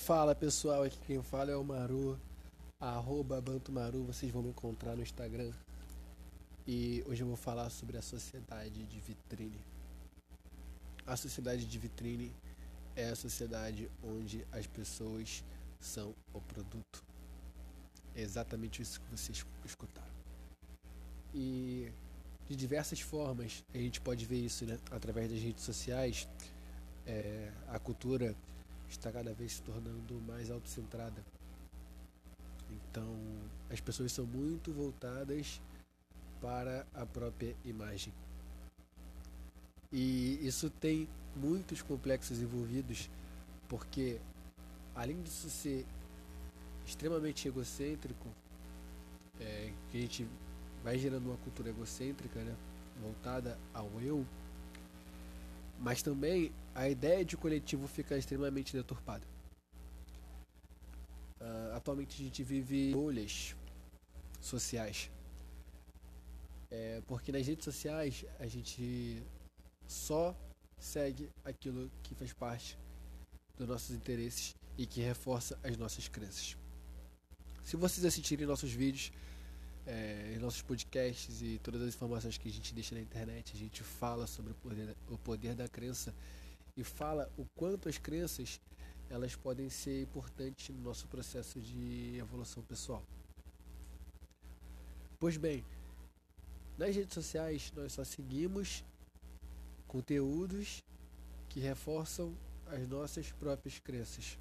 Fala pessoal, aqui quem fala é o Maru, @bantomaru, vocês vão me encontrar no Instagram. E hoje eu vou falar sobre a sociedade de vitrine. A sociedade de vitrine é a sociedade onde as pessoas são o produto. É exatamente isso que vocês escutaram. E de diversas formas a gente pode ver isso, né? Através das redes sociais, a cultura está cada vez se tornando mais autocentrada. Então, as pessoas são muito voltadas para a própria imagem. E isso tem muitos complexos envolvidos, porque além disso ser extremamente egocêntrico, que a gente vai gerando uma cultura egocêntrica, né, voltada ao eu, mas também a ideia de coletivo fica extremamente deturpada. Atualmente a gente vive bolhas sociais, porque nas redes sociais a gente só segue aquilo que faz parte dos nossos interesses e que reforça as nossas crenças. Se vocês assistirem nossos vídeos, nossos podcasts e todas as informações que a gente deixa na internet, a gente fala sobre o poder da crença e fala o quanto as crenças elas podem ser importantes no nosso processo de evolução pessoal. Pois bem, nas redes sociais nós só seguimos conteúdos que reforçam as nossas próprias crenças.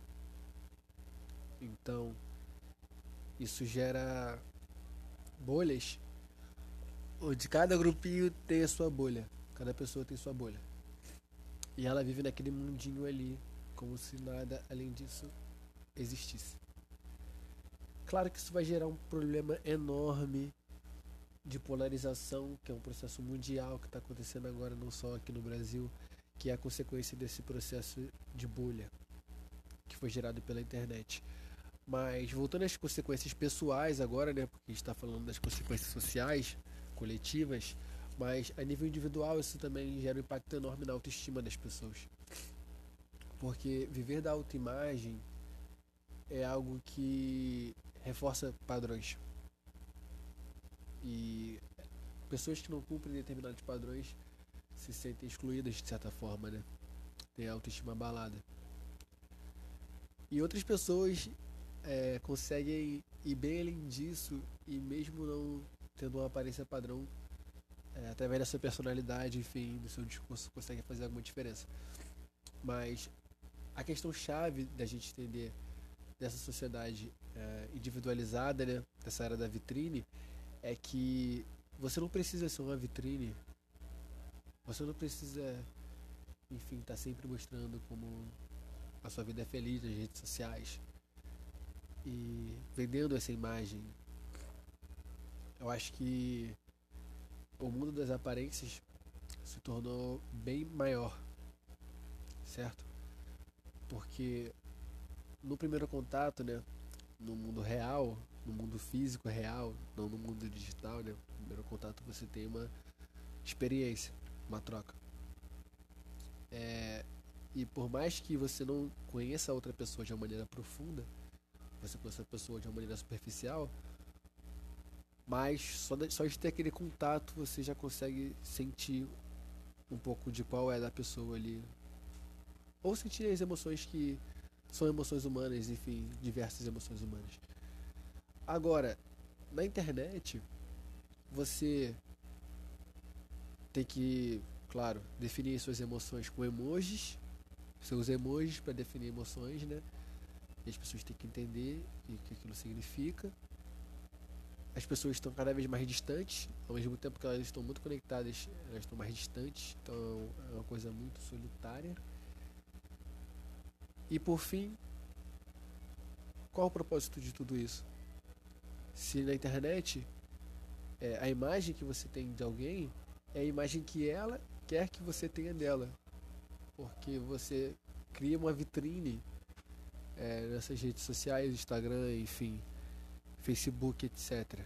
Então, isso gera bolhas, onde cada grupinho tem a sua bolha, cada pessoa tem sua bolha. E ela vive naquele mundinho ali, como se nada além disso existisse. Claro que isso vai gerar um problema enorme de polarização, que é um processo mundial que está acontecendo agora, não só aqui no Brasil, que é a consequência desse processo de bolha que foi gerado pela internet. Mas voltando às consequências pessoais agora, né, porque a gente está falando das consequências sociais, coletivas, mas a nível individual isso também gera um impacto enorme na autoestima das pessoas. Porque viver da autoimagem é algo que reforça padrões. E pessoas que não cumprem determinados padrões se sentem excluídas de certa forma, né? Tem a autoestima abalada. E outras pessoas conseguem ir bem além disso e mesmo não tendo uma aparência padrão, através da sua personalidade, enfim, do seu discurso, conseguem fazer alguma diferença. Mas a questão chave da gente entender dessa sociedade individualizada, né, dessa era da vitrine, é que você não precisa ser uma vitrine, você não precisa, enfim, estar sempre mostrando como a sua vida é feliz nas redes sociais e vendendo essa imagem. Eu acho que o mundo das aparências se tornou bem maior, certo? Porque no primeiro contato, né, no mundo real, no mundo físico real, não no mundo digital, né, no primeiro contato você tem uma experiência, uma troca. E por mais que você não conheça a outra pessoa de uma maneira profunda, você conhece a pessoa de uma maneira superficial, mas só de ter aquele contato você já consegue sentir um pouco de qual é da pessoa ali. Ou sentir as emoções que são emoções humanas, enfim, diversas emoções humanas. Agora, na internet, você tem que, claro, definir suas emoções com emojis, seus emojis para definir emoções, né? E as pessoas têm que entender o que aquilo significa. As pessoas estão cada vez mais distantes, ao mesmo tempo que elas estão muito conectadas, elas estão mais distantes, então é uma coisa muito solitária. E por fim, qual o propósito de tudo isso? Se na internet a imagem que você tem de alguém é a imagem que ela quer que você tenha dela, porque você cria uma vitrine nessas redes sociais, Instagram, enfim, Facebook, etc.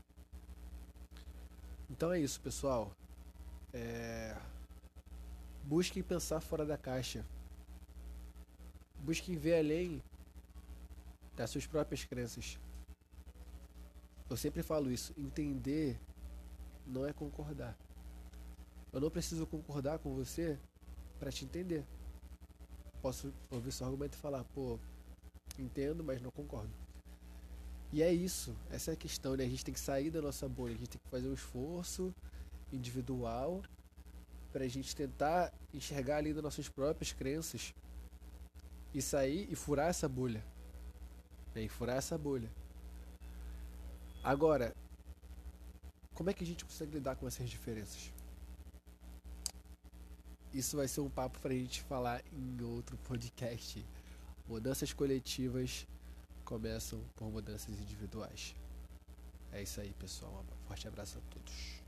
Então é isso, pessoal. Busquem pensar fora da caixa. Busquem ver além das suas próprias crenças. Eu sempre falo isso. Entender não é concordar. Eu não preciso concordar com você para te entender. Posso ouvir seu argumento e falar, pô, entendo, mas não concordo. E é isso, essa é a questão, né? A gente tem que sair da nossa bolha, a gente tem que fazer um esforço individual pra gente tentar enxergar ali das nossas próprias crenças e sair e furar essa bolha, né? E furar essa bolha. Agora, como é que a gente consegue lidar com essas diferenças? Isso vai ser um papo pra gente falar em outro podcast. Mudanças coletivas começam por mudanças individuais. É isso aí, pessoal. Um forte abraço a todos.